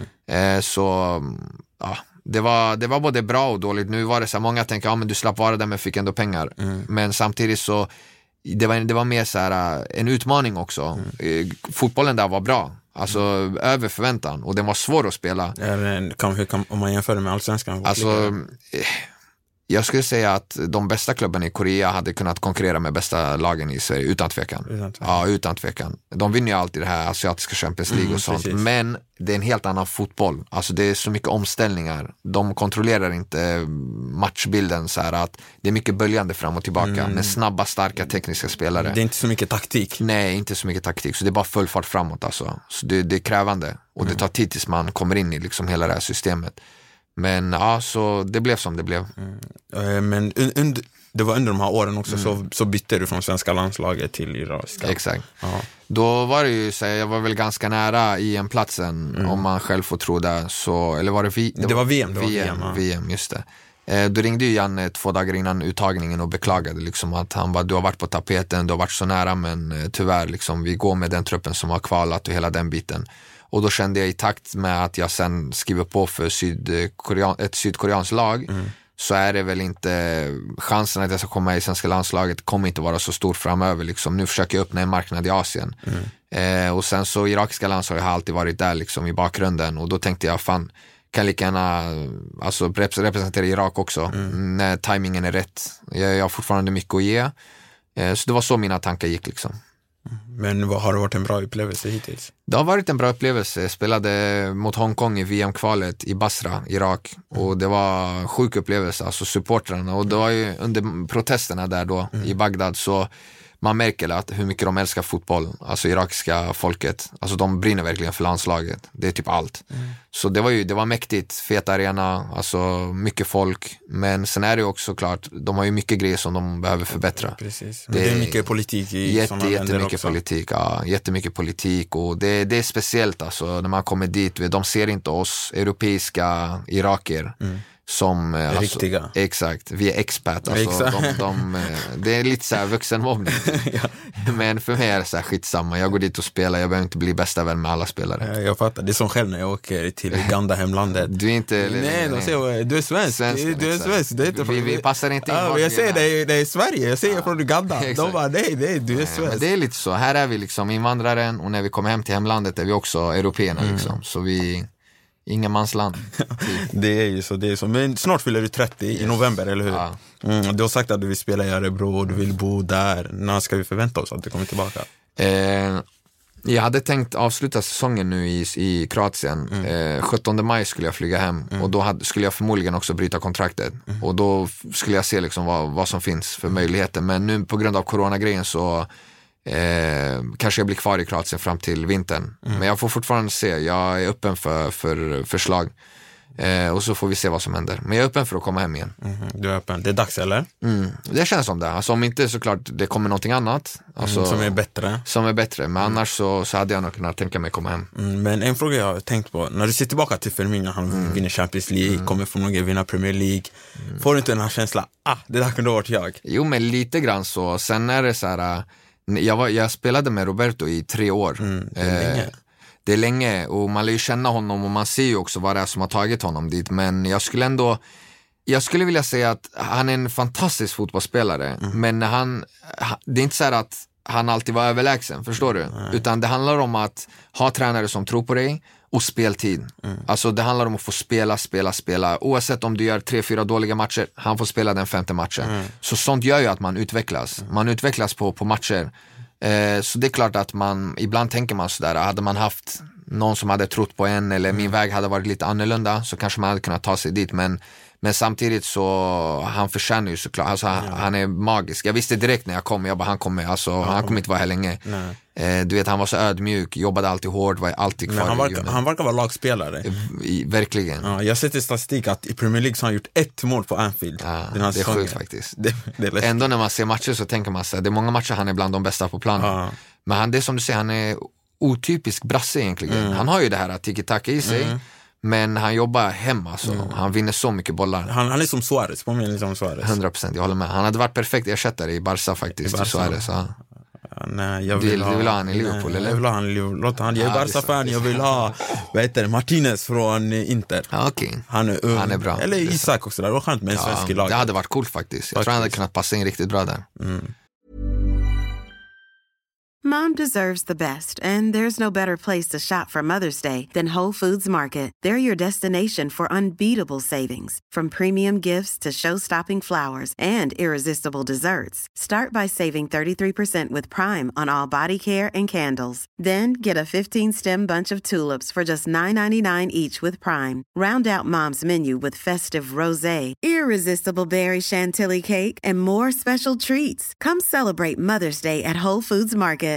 Så det var både bra och dåligt. Nu var det så här, många tänker, men du slapp vara där men fick ändå pengar. Men samtidigt så det var mer så här en utmaning också. Fotbollen där var bra. Alltså över förväntan. Och den var svår att spela. Om man jämför med Allsvenskan. Alltså, jag skulle säga att de bästa klubbarna i Korea hade kunnat konkurrera med bästa lagen i Sverige, utan tvekan. Ja, utan tvekan. De vinner ju alltid det här asiatiska Champions League och sånt. Precis. Men det är en helt annan fotboll. Alltså det är så mycket omställningar. De kontrollerar inte matchbilden så här att det är mycket böljande fram och tillbaka med snabba, starka tekniska spelare. Det är inte så mycket taktik. Nej, inte så mycket taktik. Så det är bara full fart framåt alltså. Så det är krävande. Och det tar tid tills man kommer in i liksom hela det här systemet. Men så det blev som det blev. Men det var under de här åren också så bytte du från svenska landslaget till irakiska. Exakt. Då var det ju så jag var väl ganska nära i en platsen om man själv får tro det. Så, eller var det det var VM. VM, just det. Då ringde ju Janne 2 dagar innan uttagningen och beklagade liksom att han bara, du har varit på tapeten, du har varit så nära, men tyvärr liksom, vi går med den truppen som har kvalat och hela den biten. Och då kände jag i takt med att jag sen skriver på för ett sydkoreanskt lag så är det väl inte chansen att jag ska komma i svenska landslaget kommer inte vara så stor framöver liksom. Nu försöker jag öppna en marknad i Asien. Och sen så irakiska landslaget har alltid varit där liksom i bakgrunden. Och då tänkte jag, fan, kan lika gärna alltså, representera Irak också när timingen är rätt. Jag har fortfarande mycket att ge. Så det var så mina tankar gick liksom. Men har det varit en bra upplevelse hittills? Det har varit en bra upplevelse. Jag spelade mot Hongkong i VM-kvalet i Basra, Irak. Och det var sjuk upplevelse, alltså supportrarna. Och det var ju under protesterna där då i Bagdad så man märker att hur mycket de älskar fotboll. Alltså irakiska folket. Alltså de brinner verkligen för landslaget. Det är typ allt. Så det var mäktigt, fet arena, alltså mycket folk. Men sen är det också klart, de har ju mycket grejer som de behöver förbättra. Precis. Det är mycket politik i sådana länder också. Jättemycket politik, ja, jättemycket politik. Och det är speciellt alltså, när man kommer dit. De ser inte oss europeiska iraker som riktiga. Alltså, exakt, vi är expat alltså, det är lite så här vuxenmobbning. Men för mig är det så här skitsamma. Jag går dit och spelar, jag behöver inte bli bästa vän med alla spelare. Jag fattar, det är som själv när jag åker till Uganda, hemlandet. Du är inte... Nej, de säger, du är svensk. Du är svensk. Det är inte vi passar inte in. Jag säger det är Sverige, jag säger från Uganda. De bara, nej, du är svensk. Men det är lite så, här är vi liksom invandraren och när vi kommer hem till hemlandet är vi också européerna liksom. Så vi... Ingemansland. Det är så. Men snart fyller du 30 i november, eller hur? Ja. Du har sagt att du vill spela i Örebro och du vill bo där. När ska vi förvänta oss att du kommer tillbaka? Jag hade tänkt avsluta säsongen nu i Kroatien. 17 maj skulle jag flyga hem. Och då skulle jag förmodligen också bryta kontraktet. Och då skulle jag se liksom vad som finns för möjligheter. Men nu på grund av coronagrejen så kanske jag blir kvar i Kroatien fram till vintern. Men jag får fortfarande se. Jag är öppen för förslag. Och så får vi se vad som händer. Men jag är öppen för att komma hem igen. Du är öppen. Det är dags, eller? Det känns som det. Alltså, om inte såklart det kommer någonting annat. Alltså, som är bättre. Men annars så hade jag nog kunnat tänka mig komma hem. Men en fråga jag har tänkt på. När du ser tillbaka till Firmino, han vinner Champions League, kommer förmodligen vinna Premier League. Får du inte den här känslan? Det där kunde ha varit jag. Jo, men lite grann så. Sen är det så här... Jag spelade med Roberto i 3 år. Det är länge och man lär ju känna honom och man ser ju också vad det är som har tagit honom dit. Men jag skulle vilja säga att han är en fantastisk fotbollsspelare. Men det är inte så här att han alltid var överlägsen, förstår du? Utan det handlar om att ha tränare som tror på dig och speltid. Alltså det handlar om att få spela. Oavsett om du gör 3-4 dåliga matcher, han får spela den 5:e matchen. Så sånt gör ju att man utvecklas. Man utvecklas på matcher. Så det är klart att ibland tänker man sådär, hade man haft någon som hade trott på en eller min väg hade varit lite annorlunda så kanske man hade kunnat ta sig dit. Men Men samtidigt så, han förtjänar ju såklart, alltså han är magisk. Jag visste direkt när jag kom, han kommer inte vara här länge. Du vet, han var så ödmjuk, jobbade alltid hårt, var alltid kvar. Men han verkar vara lagspelare. Verkligen. Ja, jag har sett i statistik att i Premier League så har han gjort 1 mål på Anfield. Ja, det är sjukt faktiskt. Det är ändå när man ser matcher så tänker man sig, det är många matcher han är bland de bästa på planen. Men det är som du säger, han är otypisk brasse egentligen. Han har ju det här tiki-taka i sig. Men han jobbar hemma han vinner så mycket bollar. Han är som Suarez, på mig liksom Suarez. 100%, jag håller med. Han hade varit perfekt ersättare i Barca faktiskt. Suarez, nej, du vill ha han i Liverpool, eller? Jag vill ha han i Liverpool. Låt han, jag är Barca-fan, jag vill ha Martinez från Inter. Okay. Han är ung. Han är bra. Eller Isak också, det var skönt med en svensk lag. Det hade varit coolt faktiskt. Jag tror han hade kunnat passa in riktigt bra där. Mom deserves the best, and there's no better place to shop for Mother's Day than Whole Foods Market. They're your destination for unbeatable savings, from premium gifts to show-stopping flowers and irresistible desserts. Start by saving 33% with Prime on all body care and candles. Then get a 15-stem bunch of tulips for just $9.99 each with Prime. Round out Mom's menu with festive rosé, irresistible berry chantilly cake, and more special treats. Come celebrate Mother's Day at Whole Foods Market.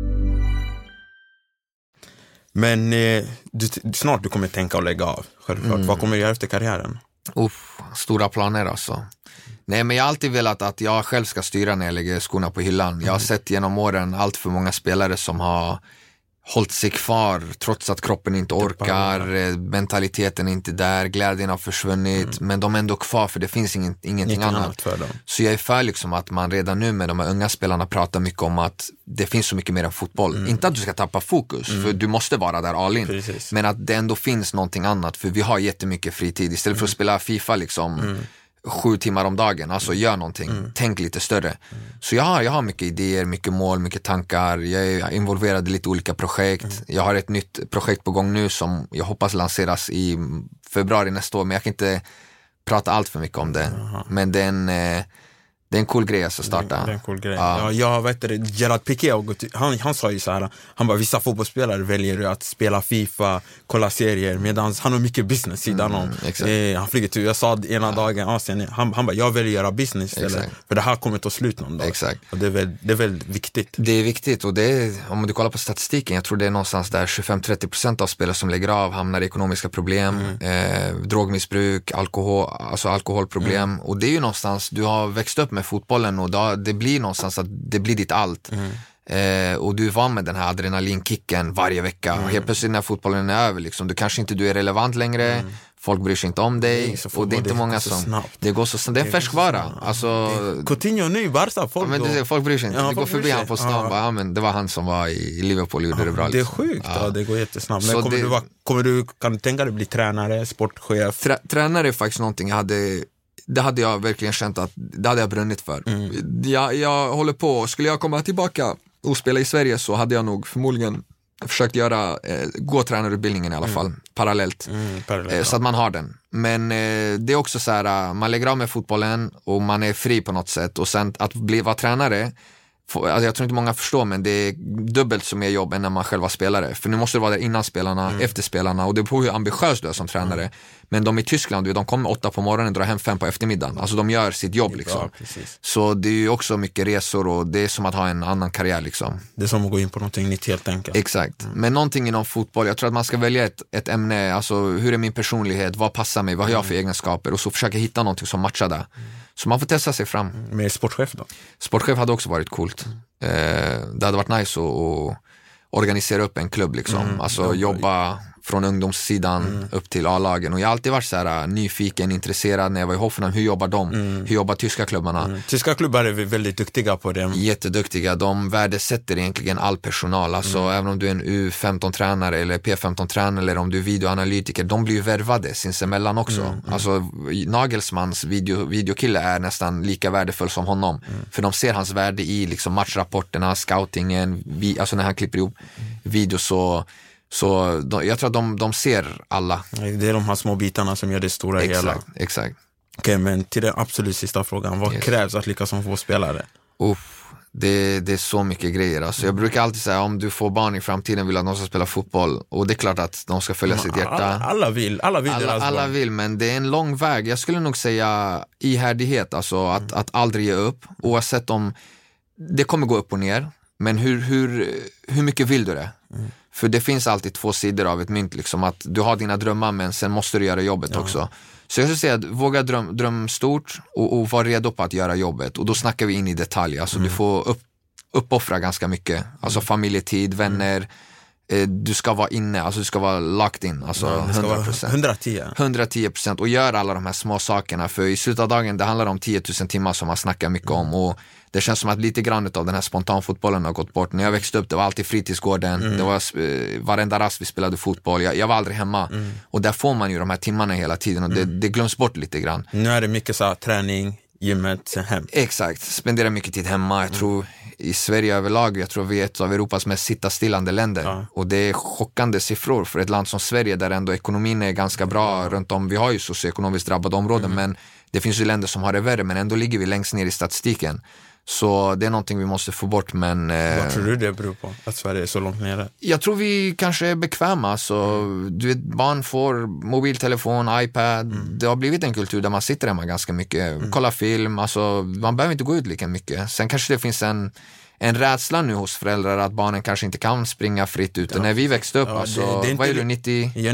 Men snart du kommer tänka att lägga av, självklart. Vad kommer du göra efter karriären? Stora planer alltså. Nej, men jag har alltid velat att jag själv ska styra när jag lägger skorna på hyllan. Jag har sett genom åren allt för många spelare som har hållit sig kvar trots att kroppen inte orkar, mentaliteten är inte där, glädjen har försvunnit, men de är ändå kvar för det finns ingenting annat för dem. Så jag är för liksom att man redan nu med de här unga spelarna pratar mycket om att det finns så mycket mer än fotboll. Inte att du ska tappa fokus, för du måste vara där all in. Precis. Men att det ändå finns någonting annat, för vi har jättemycket fritid. Istället för att spela FIFA liksom 7 timmar om dagen, alltså gör någonting, tänk lite större. Så jag har mycket idéer, mycket mål, mycket tankar. Jag är involverad i lite olika projekt. Jag har ett nytt projekt på gång nu som jag hoppas lanseras i februari nästa år, men jag kan inte prata allt för mycket om det. Men det är en cool grej att starta. Det är en cool grej. Ja, jag vet det, Gerard Piqué han sa ju så här, han bara, vissa fotbollsspelare väljer att spela FIFA, kolla serier, medan han har mycket business sidan om. Han flyger till USA ena dagen, Asien. Han bara, jag vill göra business istället, för det här kommer ta slut någon dag. Exakt. Och det är väl viktigt. Det är viktigt, och det är, om du kollar på statistiken, jag tror det är någonstans där 25-30% av spelare som lägger av hamnar i ekonomiska problem, drogmissbruk, alkoholproblem. Och det är ju någonstans, du har växt upp med fotbollen och det blir någonstans att det blir ditt allt. Och du är van med den här adrenalinkicken varje vecka. Och helt plötsligt när fotbollen är över liksom, du är relevant längre, folk bryr sig inte om dig, och det är inte många som det går så snabbt. Det är en färskvara. Alltså Coutinho nu i Barca, folk bryr sig inte. Det går förbi han på stan, men det var han som var i Liverpool och gjorde det bra. Det är sjukt, det går jättesnabbt. Men kan du tänka dig bli tränare, sportchef? Tränare är faktiskt någonting det hade jag verkligen känt att det hade jag brunnit för. Jag håller på, skulle jag komma tillbaka och spela i Sverige så hade jag nog förmodligen försökt gå tränarutbildningen i alla fall, parallellt. Så att man har den. Men det är också så här, man lägger av med fotbollen och man är fri på något sätt, och sen att vara tränare, alltså jag tror inte många förstår, men det är dubbelt så mer jobb än när man själv var spelare. För nu måste du vara där innan spelarna, efter spelarna, och det beror på hur ambitiös du är som tränare. Men de i Tyskland, de kommer 8 på morgonen och drar hem 5 på eftermiddagen. Alltså de gör sitt jobb liksom. Så det är ju också mycket resor, och det är som att ha en annan karriär liksom. Det är som att gå in på någonting nytt helt enkelt. Exakt. Men någonting inom fotboll, jag tror att man ska välja ett ämne, alltså hur är min personlighet, vad passar mig, vad har jag för egenskaper, och så försöka hitta någonting som matchar det. Så man får testa sig fram. Med sportchef då? Sportchef hade också varit coolt. Det hade varit nice att organisera upp en klubb liksom. Alltså jobba från ungdomssidan upp till A-lagen. Och jag har alltid varit så här nyfiken, intresserad när jag var i Hoffenheim. Hur jobbar de? Hur jobbar tyska klubbarna? Tyska klubbar är väldigt duktiga på det. Jätteduktiga. De värdesätter egentligen all personal. Alltså även om du är en U15-tränare eller P15-tränare, eller om du är videoanalytiker, de blir ju värvade sinsemellan också. Alltså Nagelsmans videokille är nästan lika värdefull som honom. För de ser hans värde i liksom matchrapporterna, scoutingen, alltså när han klipper ihop video, så jag tror att de ser alla. Det är de här små bitarna som gör det stora hela. Exakt. Okej, men till den absolut sista frågan. Vad krävs att lyckas som fotbollsspelare? Det är så mycket grejer. Alltså, jag brukar alltid säga, om du får barn i framtiden vill att de ska spela fotboll. Och det är klart att de ska följa sitt hjärta. Alla vill, men det är en lång väg. Jag skulle nog säga ihärdighet, alltså att aldrig ge upp. Oavsett om det kommer gå upp och ner. Men hur mycket vill du det? För det finns alltid två sidor av ett mynt, liksom, att du har dina drömmar men sen måste du göra jobbet också. Så jag skulle säga att våga dröm stort och vara redo på att göra jobbet. Och då snackar vi in i detalj. Alltså du får uppoffra ganska mycket. Alltså familjetid, vänner. Du ska vara inne, alltså du ska vara locked in. Alltså 100%. 110%. Och gör alla de här små sakerna. För i slutet av dagen, det handlar om 10 000 timmar som man snackar mycket om. Och det känns som att lite grann av den här spontanfotbollen har gått bort. När jag växte upp, det var alltid fritidsgården. Det var varenda rast vi spelade fotboll. Jag var aldrig hemma. Och där får man ju de här timmarna hela tiden. Och det glöms bort lite grann. Nu är det mycket så här, träning, gymmet, sen hem. Exakt, spendera mycket tid hemma. Jag tror i Sverige överlag, jag tror vi är ett av Europas mest sittastillande länder. Och det är chockande siffror för ett land som Sverige, där ändå ekonomin är ganska bra runt om. Vi har ju socioekonomiskt drabbade områden, men det finns ju länder som har det värre, men ändå ligger vi längst ner i statistiken. Så det är någonting vi måste få bort, men... Vad tror du det beror på, att Sverige är så långt nere? Jag tror vi kanske är bekväma. Så, du vet, barn får mobiltelefon, iPad. Det har blivit en kultur där man sitter hemma ganska mycket. Kollar film, alltså, man behöver inte gå ut lika mycket. Sen kanske det finns en rädsla nu hos föräldrar att barnen kanske inte kan springa fritt ute. När vi växte upp, alltså, vad är du, 90? Ja,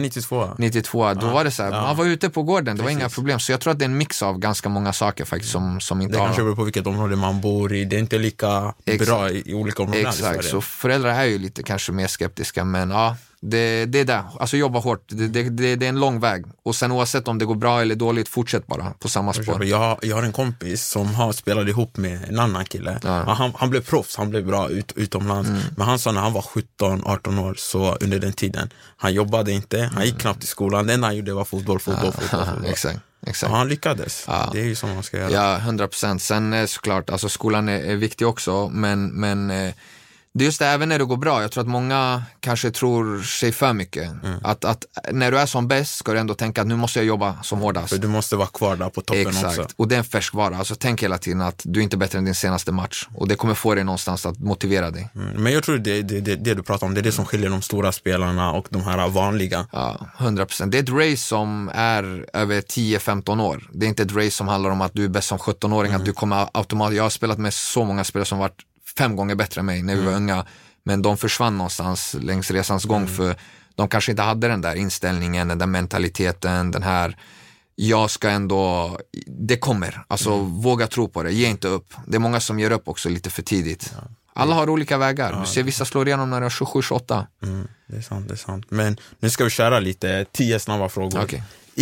92. Då var det så här, man var ute på gården, det var inga problem. Så jag tror att det är en mix av ganska många saker faktiskt som inte det har... kanske beror på vilket område man bor i. Det är inte lika bra i olika områden. Exakt, så föräldrar är ju lite kanske mer skeptiska, men ja, det är där. Alltså jobba hårt, det är en lång väg. Och sen oavsett om det går bra eller dåligt, fortsätt bara på samma spår. Jag har en kompis som har spelat ihop med en annan kille. Han blev proffs, han blev bra utomlands. Men han sa när han var 17-18 år, så under den tiden, han jobbade inte, han gick knappt i skolan. Det enda han gjorde var fotboll. Exakt. Och han lyckades. Det är ju som man ska göra. Ja, 100%. Sen såklart, alltså skolan är viktig också, men det är just det, även när det går bra. Jag tror att många kanske tror sig för mycket. Att när du är som bäst ska du ändå tänka att nu måste jag jobba som hårdast. För du måste vara kvar där på toppen. Exakt. Också. Och det är en färskvara. Alltså tänk hela tiden att du är inte bättre än din senaste match. Och det kommer få dig någonstans att motivera dig. Men jag tror det du pratar om, det är det som skiljer de stora spelarna och de här vanliga. Ja, 100%. Det är ett race som är över 10-15 år. Det är inte ett race som handlar om att du är bäst som 17-åring. Att du kommer automatiskt. Jag har spelat med så många spelare som varit 5 gånger bättre än mig när vi var unga, men de försvann någonstans längs resans gång, för de kanske inte hade den där inställningen, den där mentaliteten, den här, jag ska ändå, det kommer, alltså våga tro på det, ge inte upp. Det är många som ger upp också lite för tidigt. Alla har olika vägar, du ser vissa slår igenom när de är 27-28. Det är sant, men nu ska vi köra lite 10 snabba frågor. Okay.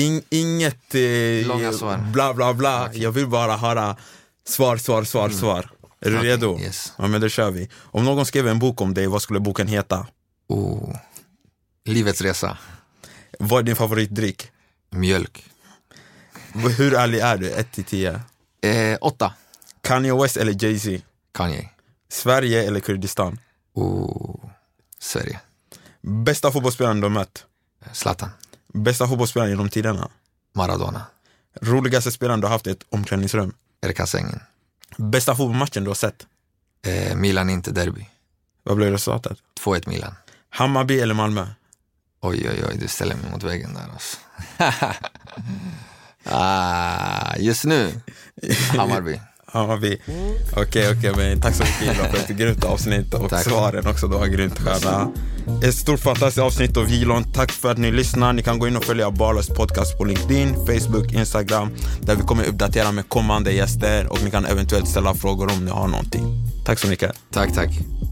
Inget långa svar, bla bla bla. Okay. Jag vill bara höra svar. Är du redo? Yes. Ja, men då kör vi. Om någon skrev en bok om dig, vad skulle boken heta? Livets resa. Vad är din favoritdryck? Mjölk. Hur ärlig är du? 1-10? 8. Kanye West eller Jay-Z? Kanye. Sverige eller Kurdistan? Sverige. Bästa fotbollsspelaren du har mött? Zlatan. Bästa fotbollsspelaren genom tiderna? Maradona. Roligaste spelaren du har haft i ett omklädningsrum? Erkan Sängen. Bästa fotbollsmatchen du har sett? Milan inte derby. Vad blev resultatet? 2-1 Milan. Hammarby eller Malmö? Oj, du ställer mig mot väggen där alltså. Just nu Hammarby. Okej, men tack så mycket för ett grymt avsnitt och tack. Svaren också, du har grymt sköna. Ett stort fantastiskt avsnitt av Gilon. Tack för att ni lyssnar. Ni kan gå in och följa Barlös podcast på LinkedIn, Facebook, Instagram, där vi kommer uppdatera med kommande gäster och ni kan eventuellt ställa frågor om ni har någonting. Tack så mycket. Tack.